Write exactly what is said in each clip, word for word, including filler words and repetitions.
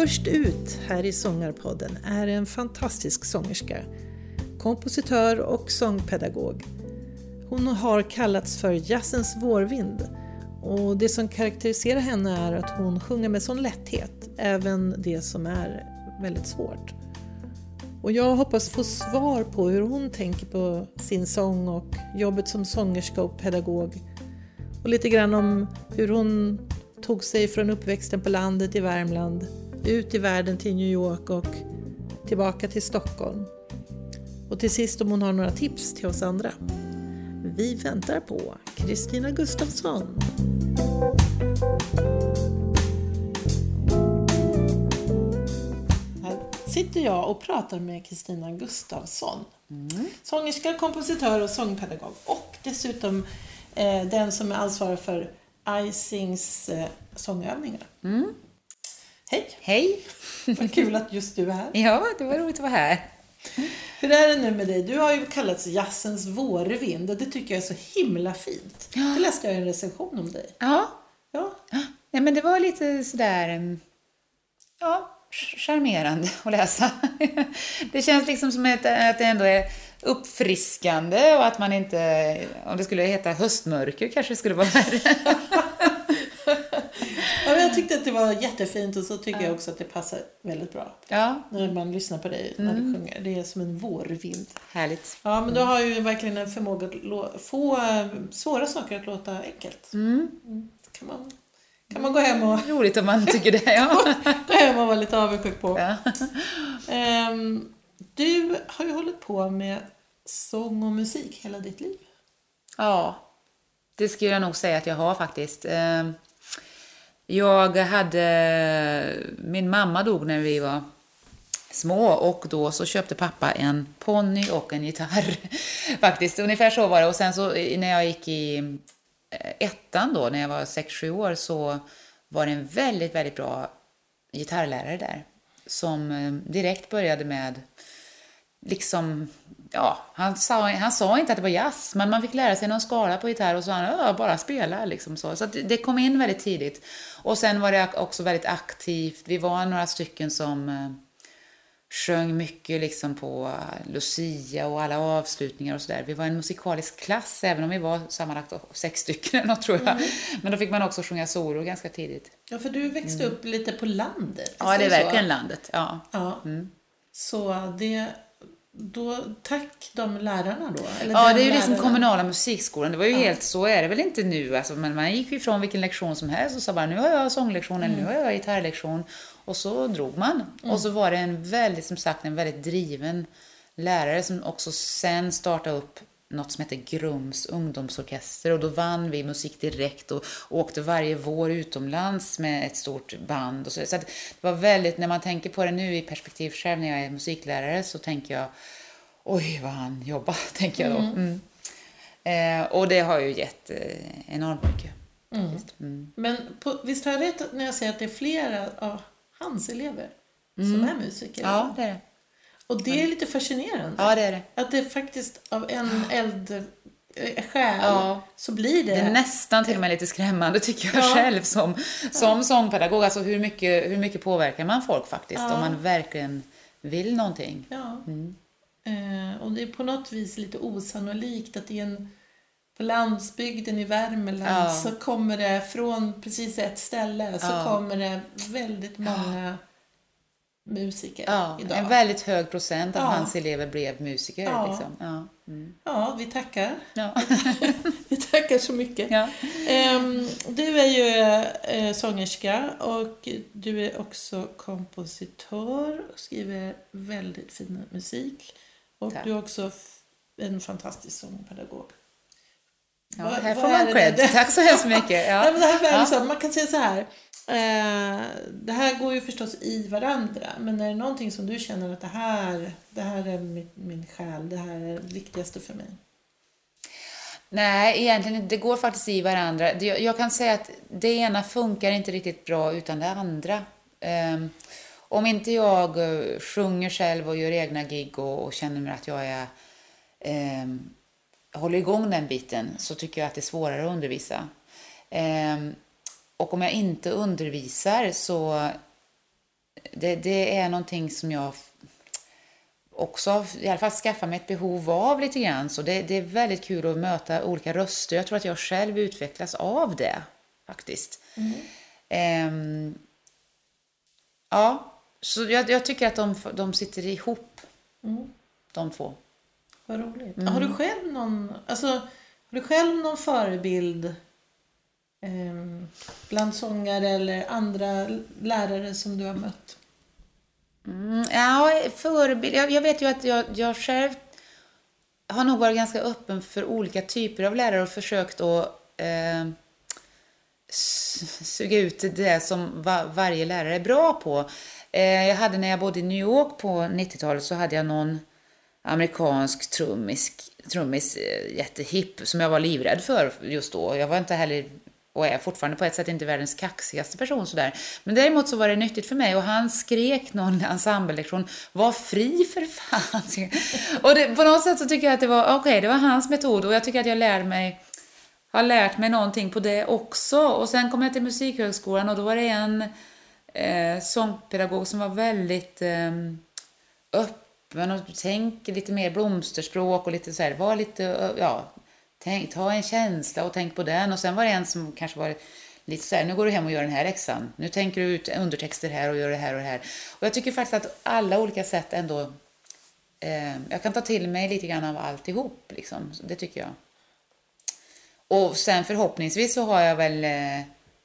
Först ut här i Sångarpodden är en fantastisk sångerska, kompositör och sångpedagog. Hon har kallats för jazzens vårvind och det som karaktäriserar henne är att hon sjunger med sån lätthet, även det som är väldigt svårt. Och jag hoppas få svar på hur hon tänker på sin sång och jobbet som sångerska och pedagog. Och lite grann om hur hon tog sig från uppväxten på landet i Värmland, ut i världen till New York och tillbaka till Stockholm. Och till sist om hon har några tips till oss andra. Vi väntar på Kristina Gustafsson. Här sitter jag och pratar med Kristina Gustafsson. Mm. Sångerska, kompositör och sångpedagog. Och dessutom eh, den som är ansvarig för Icings eh, sångövningar. Mm. Hej! Hej! Vad kul att just du är här. Ja, det var roligt att vara här. Hur är det nu med dig? Du har ju kallats jazzens vårvind och det tycker jag är så himla fint. Ja. Det läste jag i en recension om dig. Ja. Ja. Nej, men det var lite sådär, ja, charmerande att läsa. Det känns liksom som att det ändå är uppfriskande och att man inte, om det skulle heta höstmörker kanske det skulle vara värre. Ja, men jag tyckte att det var jättefint och så tycker ja. jag också att det passar väldigt bra. Ja. När man lyssnar på dig när mm. du sjunger. Det är som en vårvind. Härligt. Ja, men du har ju verkligen en förmåga att få svåra saker att låta enkelt. Mm. Mm. Kan man, kan man gå hem och... Roligt om man tycker det, ja. Gå hem och vara lite avundsjuk på. Ja. Um, du har ju hållit på med sång och musik hela ditt liv. Ja, det skulle jag nog säga att jag har faktiskt. Um, Jag hade, min mamma dog när vi var små och då så köpte pappa en ponny och en gitarr. Faktiskt, ungefär så var det. Och sen så när jag gick i ettan då, när jag var sex sju år, så var det en väldigt, väldigt bra gitarrlärare där. Som direkt började med, liksom, ja, han sa, han sa inte att det var jazz, men man fick lära sig någon skala på gitarr och så han, ja, bara spela liksom så. Så att det kom in väldigt tidigt. Och sen var det också väldigt aktivt. Vi var några stycken som eh, sjöng mycket liksom på Lucia och alla avslutningar och sådär. Vi var en musikalisk klass, även om vi var sammanlagt sex stycken, tror jag. Mm. Men då fick man också sjunga solo ganska tidigt. Ja, för du växte mm. upp lite på landet. Ja, det är verkligen så? Landet, ja. Ja, mm. Så det... Då, tack de lärarna då? Eller ja, det är ju lärarna. liksom kommunala musikskolan. Det var ju ja. helt, så är det väl inte nu. Alltså, men man gick ju ifrån vilken lektion som helst och sa bara, nu har jag sånglektion eller mm. nu har jag gitarrlektion. Och så drog man. Mm. Och så var det en väldigt, som sagt, en väldigt driven lärare som också sen startade upp något som heter Grums ungdomsorkester. Och då vann vi musik direkt och åkte varje vår utomlands med ett stort band. Och så så att det var väldigt, när man tänker på det nu i perspektiv själv när jag är musiklärare, så tänker jag, oj vad han jobbar, tänker jag då. Mm. Eh, och det har ju gett eh, enormt mycket. Mm. Mm. Men på, visst har jag rätt när jag säger att det är flera av hans elever mm. som är musiker? Ja, det är det. Och det är lite fascinerande. Ja, det är det. Att det faktiskt av en eld själ ja. så blir det... Det är nästan till och med lite skrämmande tycker jag ja. själv som, som ja. sångpedagog. Alltså hur mycket, hur mycket påverkar man folk faktiskt ja. om man verkligen vill någonting. Ja. Mm. Eh, och det är på något vis lite osannolikt att i en, på landsbygden i Värmland ja. så kommer det från precis ett ställe så ja. kommer det väldigt många... Ja. musiker ja, idag. En väldigt hög procent av ja. hans elever blev musiker. Ja, liksom. ja. Mm. ja vi tackar. Ja. Vi tackar så mycket. Ja. Um, du är ju uh, sångerska och du är också kompositör och skriver väldigt fin musik. Och Tack. Du är också en fantastisk sångpedagog. Ja, vad, här får man cred. Det? Tack så hemskt mycket. Ja. Nej, men det här är ja. så, man kan säga så här. Eh, det här går ju förstås i varandra. Men är det någonting som du känner att det här, det här är min, min själ, det här är det viktigaste för mig? Nej, egentligen det går faktiskt i varandra. Det, jag kan säga att det ena funkar inte riktigt bra utan det andra. Eh, om inte jag sjunger själv och gör egna gig och, och känner att jag är... Eh, håller igång den biten, så tycker jag att det är svårare att undervisa. Eh, och om jag inte undervisar så det, det är någonting som jag också i alla fall skaffar mig ett behov av lite grann. Så det, det är väldigt kul att möta olika röster. Jag tror att jag själv utvecklas av det faktiskt. Mm. Ehm, ja, så jag, jag tycker att de, de sitter ihop, mm. de två. Vad roligt. Mm. Har du själv någon, alltså, har du själv någon förebild eh, bland sångare eller andra lärare som du har mött? Mm, ja, förebild. Jag, jag vet ju att jag, jag själv har nog varit ganska öppen för olika typer av lärare och försökt att eh, suga ut det som va, varje lärare är bra på. Eh, jag hade när jag bodde i New York på nittiotalet så hade jag någon amerikansk trummis, trummis jättehipp som jag var livrädd för just då. Jag var inte heller, och är fortfarande på ett sätt inte världens kaxigaste person sådär. Men däremot så var det nyttigt för mig och han skrek någon ensemble-lektion, var fri för fan. Och det, på något sätt så tycker jag att det var, okej, okay, det var hans metod och jag tycker att jag lärde mig, har lärt mig någonting på det också. Och sen kom jag till musikhögskolan och då var det en eh, sångpedagog som var väldigt eh, öppen och tänker lite mer blomsterspråk och lite så här, var lite, ja, tänk, ta en känsla och tänk på den. Och sen var det en som kanske var lite så här, nu går du hem och gör den här läxan. Nu tänker du ut undertexter här och gör det här och det här. Och jag tycker faktiskt att alla olika sätt ändå, eh, jag kan ta till mig lite grann av alltihop liksom. Det tycker jag. Och sen förhoppningsvis så har jag väl eh,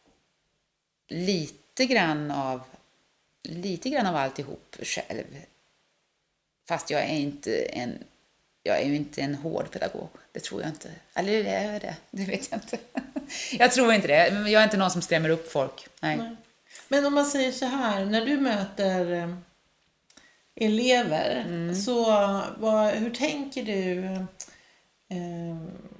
lite grann av lite grann av alltihop själv. Fast jag är inte en jag är ju inte en hård pedagog. Det tror jag inte. Eller är jag det? Det vet jag inte. Jag tror inte det. Jag är inte någon som skrämmer upp folk. Nej. Nej. Men om man säger så här, när du möter eh, elever mm. så vad, hur tänker du eh,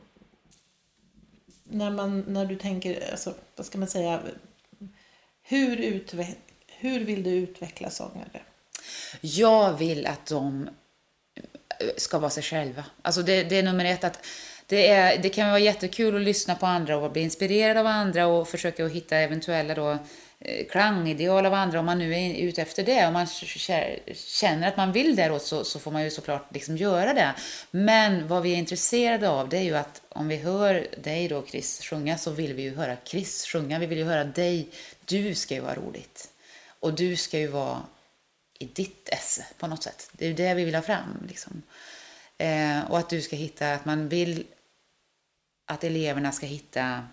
när man när du tänker, alltså, vad ska man säga, hur utveck, hur vill du utveckla sångare? Jag vill att de ska vara sig själva. Alltså det, det är nummer ett att det, är, det kan vara jättekul att lyssna på andra och bli inspirerad av andra och försöka att hitta eventuella då klangideal av andra om man nu är ute efter det. Om man känner att man vill däråt så, så får man ju såklart liksom göra det. Men vad vi är intresserade av det är ju att om vi hör dig då Chris sjunga så vill vi ju höra Chris sjunga. Vi vill ju höra dig. Du ska ju vara roligt. Och du ska ju vara i ditt esse på något sätt. Det är ju det vi vill ha fram liksom. Eh, och att du ska hitta, att man vill att eleverna ska hitta,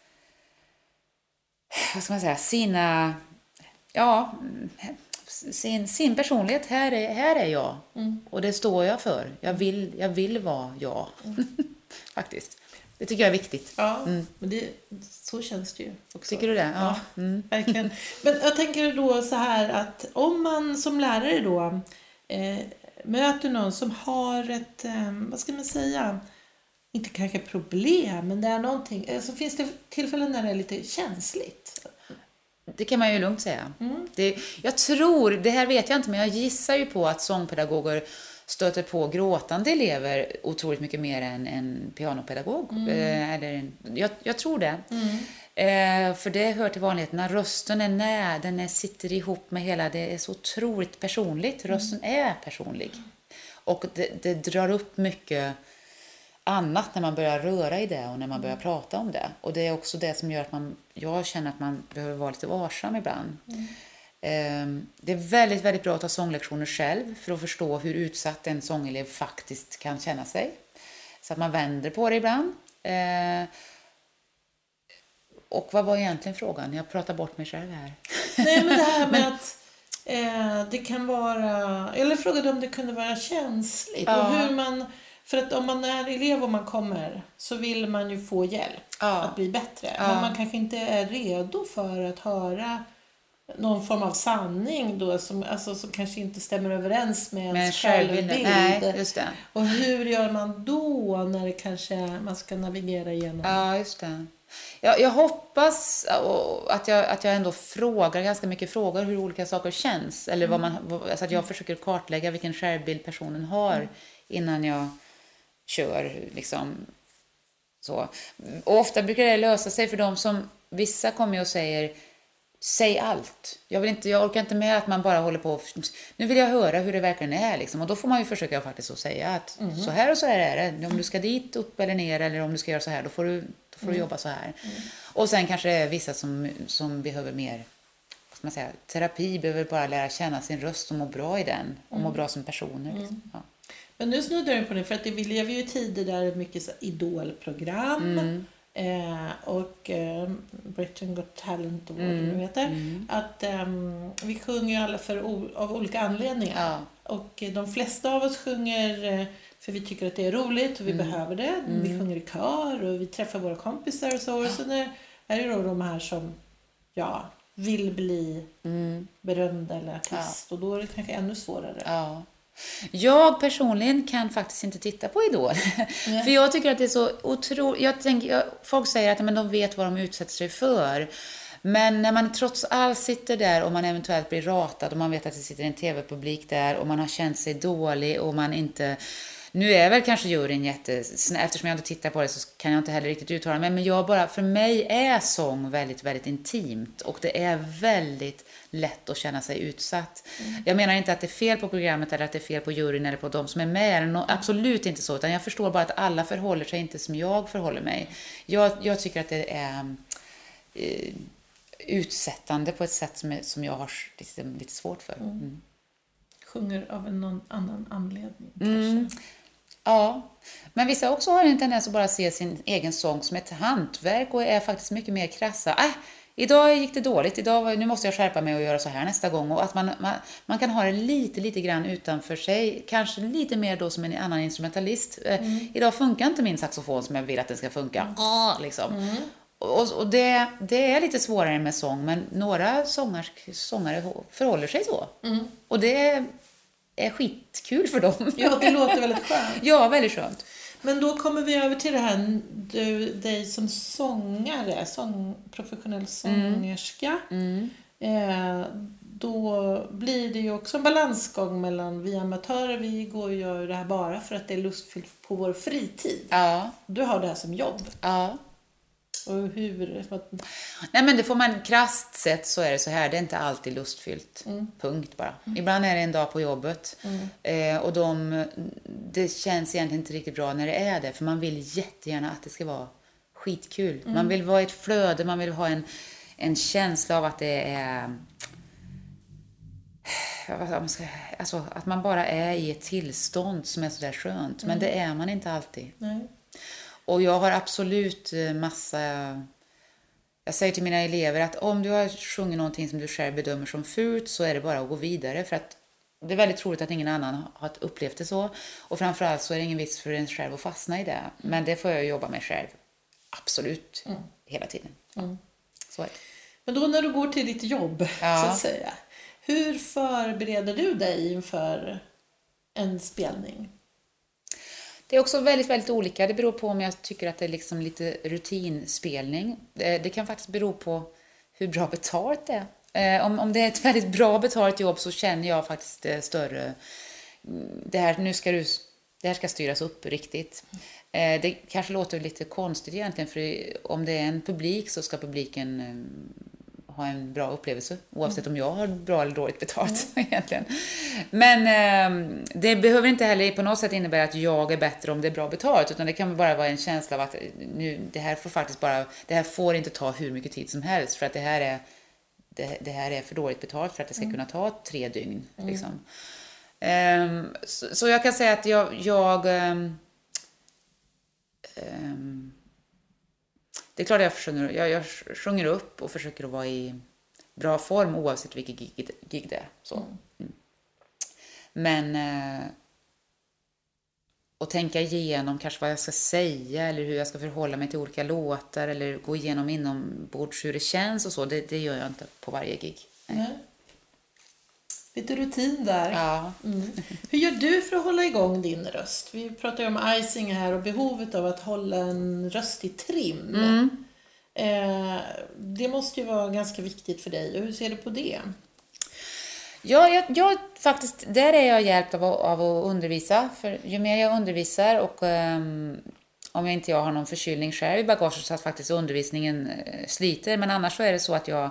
vad ska man säga, sina, ja, sin, sin personlighet. Här är, här är jag. Mm. Och det står jag för. Jag vill, jag vill vara jag. Mm. Faktiskt. Det tycker jag är viktigt. Ja, mm. men det, så känns det ju också. Tycker du det? Ja, ja mm. verkligen. Men jag tänker då så här att om man som lärare då eh, möter någon som har ett, eh, vad ska man säga, inte kanske problem, men det är någonting, så alltså finns det tillfällen när det är lite känsligt. Det kan man ju lugnt säga. Mm. Det, jag tror, det här vet jag inte, men jag gissar ju på att sångpedagoger stöter på gråtande elever otroligt mycket mer än en pianopedagog. Mm. Eh, eller en, jag, jag tror det. Mm. Eh, för det hör till vanligheterna. Rösten är när, den är, sitter ihop med hela, det är så otroligt personligt. Rösten mm. är personlig. Och det, det drar upp mycket annat när man börjar röra i det och när man börjar mm. prata om det. Och det är också det som gör att man, jag känner att man behöver vara lite varsam ibland. Mm. Det är väldigt, väldigt bra att ta sånglektioner själv för att förstå hur utsatt en sångelev faktiskt kan känna sig. Så att man vänder på det ibland. Och vad var egentligen frågan? Jag pratar bort mig själv här. Nej, men det här med men, att eh, det kan vara, eller frågade om det kunde vara känsligt. Ja. Och hur man, för att om man är elev och man kommer så vill man ju få hjälp ja. att bli bättre. Ja. Men man kanske inte är redo för att höra någon form av sanning då som, alltså, som kanske inte stämmer överens med ens självbild. Nej, just det. Och hur gör man då när det kanske man ska navigera igenom? Ja, just det. Jag, jag hoppas att jag, att jag ändå frågar ganska mycket frågor hur olika saker känns. Eller vad man, alltså att jag försöker kartlägga vilken självbild personen har mm. innan jag kör. Liksom, så. Och ofta brukar det lösa sig för dem som, vissa kommer och säger säg allt. Jag, vill inte, jag orkar inte med att man bara håller på. Nu vill jag höra hur det verkligen är. Liksom. Och då får man ju försöka faktiskt att säga att mm. så här och så här är det. Om du ska dit, upp eller ner, eller om du ska göra så här, då får du, då får mm. du jobba så här. Mm. Och sen kanske det är vissa som, som behöver mer, vad man säga, terapi, behöver bara lära känna sin röst och må bra i den. Och må mm. bra som personer. Liksom. Mm. Ja. Men nu snuddar du på det, för att vi lever ju i tider där det är mycket så idolprogram. Mm. Eh, och eh, Britain Got Talent och vad mm. det nu heter. Mm. Att eh, vi sjunger alla för o- av olika anledningar. Ja. Och eh, de flesta av oss sjunger eh, för vi tycker att det är roligt och vi mm. behöver det. Mm. Vi sjunger i kör och vi träffar våra kompisar och så. Och så är, är det då de här som ja, vill bli mm. berömda eller artist. Ja. Och då är det kanske ännu svårare. Ja. Jag personligen kan faktiskt inte titta på Idol. Yeah. För jag tycker att det är så otroligt. Jag tänker, jag, folk säger att men de vet vad de utsätter sig för. Men när man trots allt sitter där och man eventuellt blir ratad och man vet att det sitter en tv-publik där och man har känt sig dålig och man inte... Nu är väl kanske juryn jättesnäll, eftersom jag inte tittar på det så kan jag inte heller riktigt uttala mig. Men jag bara, för mig är sång väldigt, väldigt intimt. Och det är väldigt lätt att känna sig utsatt. Mm. Jag menar inte att det är fel på programmet eller att det är fel på juryn eller på de som är med. No, absolut inte så, utan jag förstår bara att alla förhåller sig inte som jag förhåller mig. Jag, jag tycker att det är eh, utsättande på ett sätt som, är, som jag har lite, lite svårt för. Mm. Mm. Sjunger av en någon annan anledning mm. kanske. Ja, men vissa också har en tendens att bara se sin egen sång som ett hantverk och är faktiskt mycket mer krassa. Äh, idag gick det dåligt, idag, nu måste jag skärpa mig och göra så här nästa gång. Och att man, man, man kan ha det lite, lite grann utanför sig, kanske lite mer då som en annan instrumentalist. Mm. Eh, idag funkar inte min saxofon som jag vill att den ska funka. Mm. Liksom. Mm. Och, och det, det är lite svårare med sång, men några sångare, sångare förhåller sig så. Mm. Och det är skitkul för dem. Ja, det låter väldigt skönt. Ja, väldigt skönt. Men då kommer vi över till det här, du, dig som sångare, sång, professionell sångerska. Mm. Eh, då blir det ju också en balansgång mellan vi amatörer, vi går och gör det här bara för att det är lustfyllt på vår fritid. Ja. Du har det här som jobb. Ja. Och hur? Nej, men det får man krasst sett så är det så här. Det är inte alltid lustfyllt. Mm. Punkt bara. Mm. Ibland är det en dag på jobbet. Mm. Eh, och de, det känns egentligen inte riktigt bra när det är det. För man vill jättegärna att det ska vara skitkul. Mm. Man vill vara i ett flöde. Man vill ha en, en känsla av att det är... Alltså, att man bara är i ett tillstånd som är så där skönt. Mm. Men det är man inte alltid. Nej. Och jag har absolut massa... Jag säger till mina elever att om du har sjungit någonting som du själv bedömer som fult så är det bara att gå vidare. För att det är väldigt troligt att ingen annan har upplevt det så. Och framförallt så är det ingen vits för en själv att fastna i det. Men det får jag jobba med själv. Absolut. Mm. Hela tiden. Mm. Så är det. Men då när du går till ditt jobb, ja. så att säga. Hur förbereder du dig inför en spelning? Det är också väldigt, väldigt olika. Det beror på om jag tycker att det är liksom lite rutinspelning. Det, det kan faktiskt bero på hur bra betalt det är. Eh, om, om det är ett väldigt bra betalt jobb så känner jag faktiskt det större... Det här, nu ska du, det här ska styras upp riktigt. Eh, det kanske låter lite konstigt egentligen. För om det är en publik så ska publiken... Eh, ha en bra upplevelse oavsett mm. om jag har bra eller dåligt betalt mm. egentligen. Men eh, det behöver inte heller på något sätt innebära att jag är bättre om det är bra betalt, utan det kan bara vara en känsla av att nu, det här får faktiskt bara det här får inte ta hur mycket tid som helst för att det här är det, det här är för dåligt betalt för att det ska mm. kunna ta tre dygn mm. liksom. Um, så, så jag kan säga att jag jag um, um, det är klart att jag sjunger, jag, jag sjunger upp och försöker att vara i bra form oavsett vilket gig, gig det är. Så. Mm. Mm. Men eh, att tänka igenom kanske vad jag ska säga eller hur jag ska förhålla mig till olika låtar eller gå igenom inombords hur det känns och så, det, det gör jag inte på varje gig. Nej. Nej. Lite rutin där. Ja. Mm. Hur gör du för att hålla igång din röst? Vi pratar ju om icing här och behovet av att hålla en röst i trim. Mm. Eh, det måste ju vara ganska viktigt för dig. Hur ser du på det? Ja, jag, jag faktiskt, där är jag hjälpt av, av att undervisa. För ju mer jag undervisar och um, om jag inte jag har någon förkylning själv i bagaget så att faktiskt undervisningen uh, sliter. Men annars så är det så att jag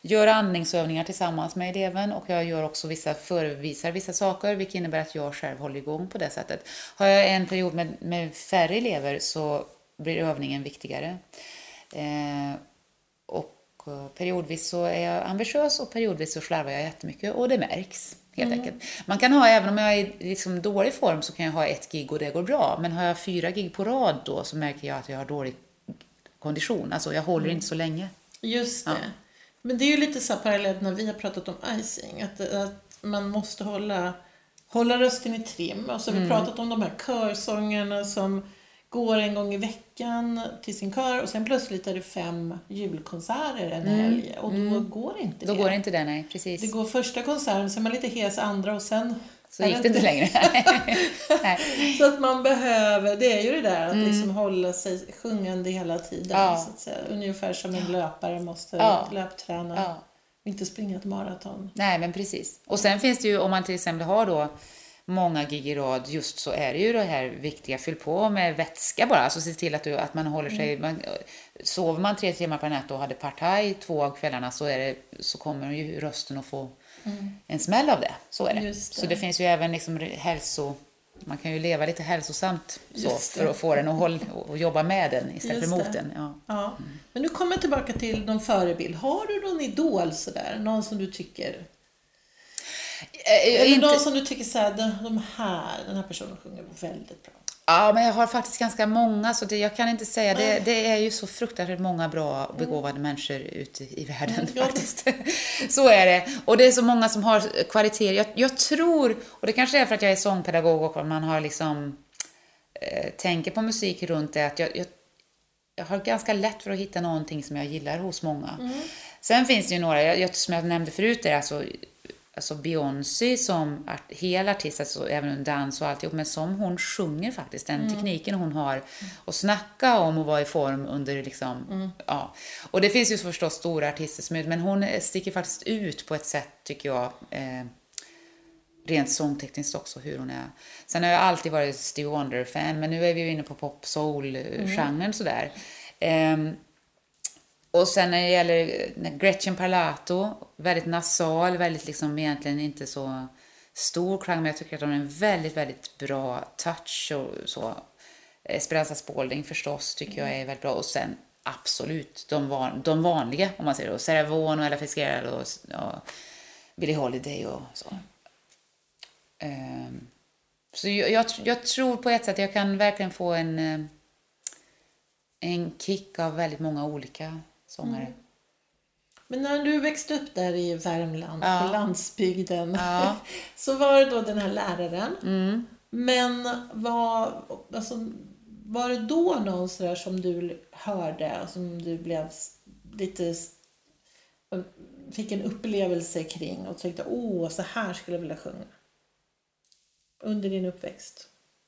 gör andningsövningar tillsammans med eleven och jag gör också vissa förevisar vissa saker, vilket innebär att jag själv håller igång på det sättet. Har jag en period med, med färre elever så blir övningen viktigare. Eh, och periodvis så är jag ambitiös och periodvis så slarvar jag jättemycket och det märks helt mm. enkelt. Man kan ha, även om jag är i liksom dålig form så kan jag ha ett gig och det går bra. Men har jag fyra gig på rad då så märker jag att jag har dålig kondition. Alltså jag håller mm. inte så länge. Just det. Ja. Men det är ju lite så parallellt när vi har pratat om icing. Att, att man måste hålla, hålla rösten i trim. Och så har vi mm. pratat om de här körsångerna som går en gång i veckan till sin kör och sen plötsligt är det fem julkonserter en mm. helg och då mm. går inte då det. Då går inte det, nej, precis. Det går första konserten, sen är man lite hes andra och sen så gick det inte längre. Nej. Så att man behöver, det är ju det där att mm. liksom hålla sig sjungande hela tiden. Ja. Så att säga. Ungefär som en löpare måste ja. löpträna. Ja. Inte springa ett maraton. Nej, men precis. Och sen finns det ju, om man till exempel har då många gig i rad, just så är det ju det här viktiga, fyll på med vätska bara, alltså se till att, du, att man håller sig, mm. man, sover man tre timmar per natt och hade partaj två av kvällarna så, är det, så kommer ju rösten att få mm. en smäll av det, så är det. det. Så det finns ju även liksom hälso, man kan ju leva lite hälsosamt så, för att få den och, hålla, och jobba med den istället just för mot den. Ja. Ja. Mm. Men nu kommer jag tillbaka till någon förebild. Har du någon idol sådär, någon som du tycker... Eller inte... någon som du tycker så här, de här, den här personen sjunger väldigt bra. Ja, men jag har faktiskt ganska många, så det, jag kan inte säga, det, det är ju så fruktansvärt många bra och begåvade mm. människor ute i världen mm, faktiskt. Så är det. Och det är så många som har kvaliteter. Jag, jag tror, och det kanske är för att jag är sångpedagog och att man har liksom eh, tänker på musik runt det, att jag, jag, jag har ganska lätt för att hitta någonting som jag gillar hos många. Mm. Sen finns det ju några, jag, som jag nämnde förut, är alltså Alltså Beyoncé som art, hel artist, alltså även dans och alltihop, men som hon sjunger faktiskt, den mm. tekniken hon har och snacka om att vara i form under liksom, mm. ja. Och det finns ju förstås stora artister som är, men hon sticker faktiskt ut på ett sätt tycker jag, eh, rent sångtekniskt också hur hon är. Sen har jag alltid varit Stevie Wonder-fan, men nu är vi ju inne på pop-soul-genren mm. sådär. Eh, Och sen när det gäller Gretchen Parlato, väldigt nasal, väldigt liksom egentligen inte så stor klang, men jag tycker att hon har en väldigt, väldigt bra touch och så. Esperanza Spalding förstås tycker jag är väldigt bra. Och sen absolut de, van, de vanliga, om man säger det. Sarah Vaughan och Ella Fitzgerald och, och Billie Holiday och så. Um, så jag, jag, jag tror på ett sätt att jag kan verkligen få en, en kick av väldigt många olika sångare. Mm. Men när du växte upp där i Värmland, ja. på landsbygden, ja. så var det då den här läraren. Mm. Men var, alltså, var det då någon sådär som du hörde, som du blev lite, fick en upplevelse kring och tänkte, åh, så här skulle jag vilja sjunga? Under din uppväxt?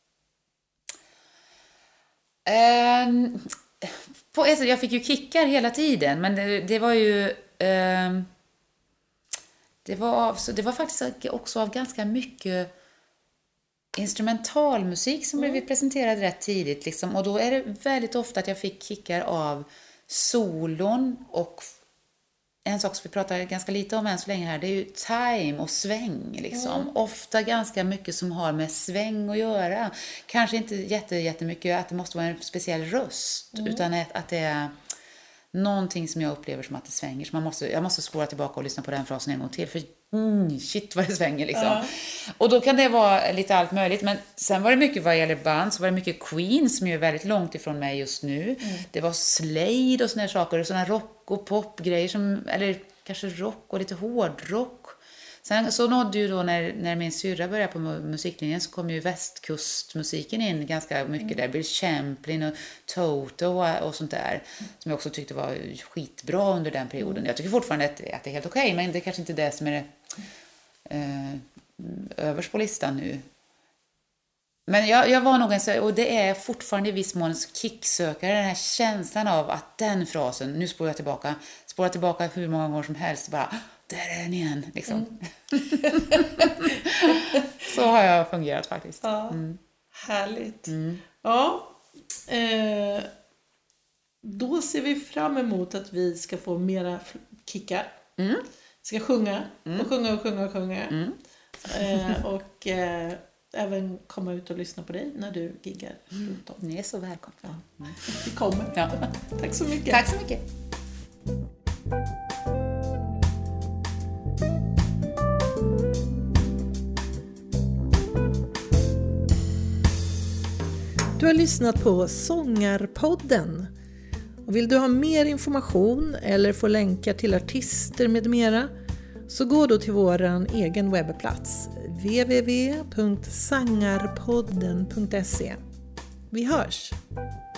Um... På ett sätt, jag fick ju kickar hela tiden, men det, det var ju eh, det var så det var faktiskt också av ganska mycket instrumentalmusik som mm. blev presenterad rätt tidigt liksom, och då är det väldigt ofta att jag fick kickar av solon och en sak som vi pratar ganska lite om än så länge här, det är ju time och sväng liksom. Mm. Ofta ganska mycket som har med sväng att göra. Kanske inte jätte, jättemycket att det måste vara en speciell röst, mm. utan att, att det är någonting som jag upplever som att det svänger. Så man måste, jag måste spåra tillbaka och lyssna på den frasen en gång till, för mm, shit vad det svänger liksom. Mm. Och då kan det vara lite allt möjligt, men sen var det mycket vad gäller band, så var det mycket Queen som är väldigt långt ifrån mig just nu. Mm. Det var Slade och såna här saker, och såna rock och popgrejer som, eller kanske rock och lite hårdrock. Sen så nådde ju då när, när min syrra började på musiklinjen, så kom ju västkustmusiken in ganska mycket mm. där. Bill Champlin och Toto och, och sånt där. Mm. Som jag också tyckte var skitbra under den perioden. Mm. Jag tycker fortfarande att, att det är helt okej, okay, men det är kanske inte det som är det eh, överst på listan nu. Men jag, jag var nog en, och det är fortfarande i viss mån kicksökare, den här känslan av att den frasen, nu spår jag tillbaka, spår jag tillbaka hur många gånger som helst, bara, där är den igen, liksom. Mm. Så har jag fungerat faktiskt. Ja, mm. Härligt. Mm. Ja, eh, då ser vi fram emot att vi ska få mera kickar Mm. Ska sjunga Mm. och sjunga och sjunga och sjunga. Mm. Eh, och eh, även komma ut och lyssna på dig när du giggar runt om. Ni är så välkomna. Ja. Vi kommer. Ja. Tack så mycket. Tack så mycket. Du har lyssnat på Sångarpodden. Och vill du ha mer information eller få länkar till artister med mera, så gå då till våran egen webbplats w w w punkt sangarpodden punkt se. Vi hörs!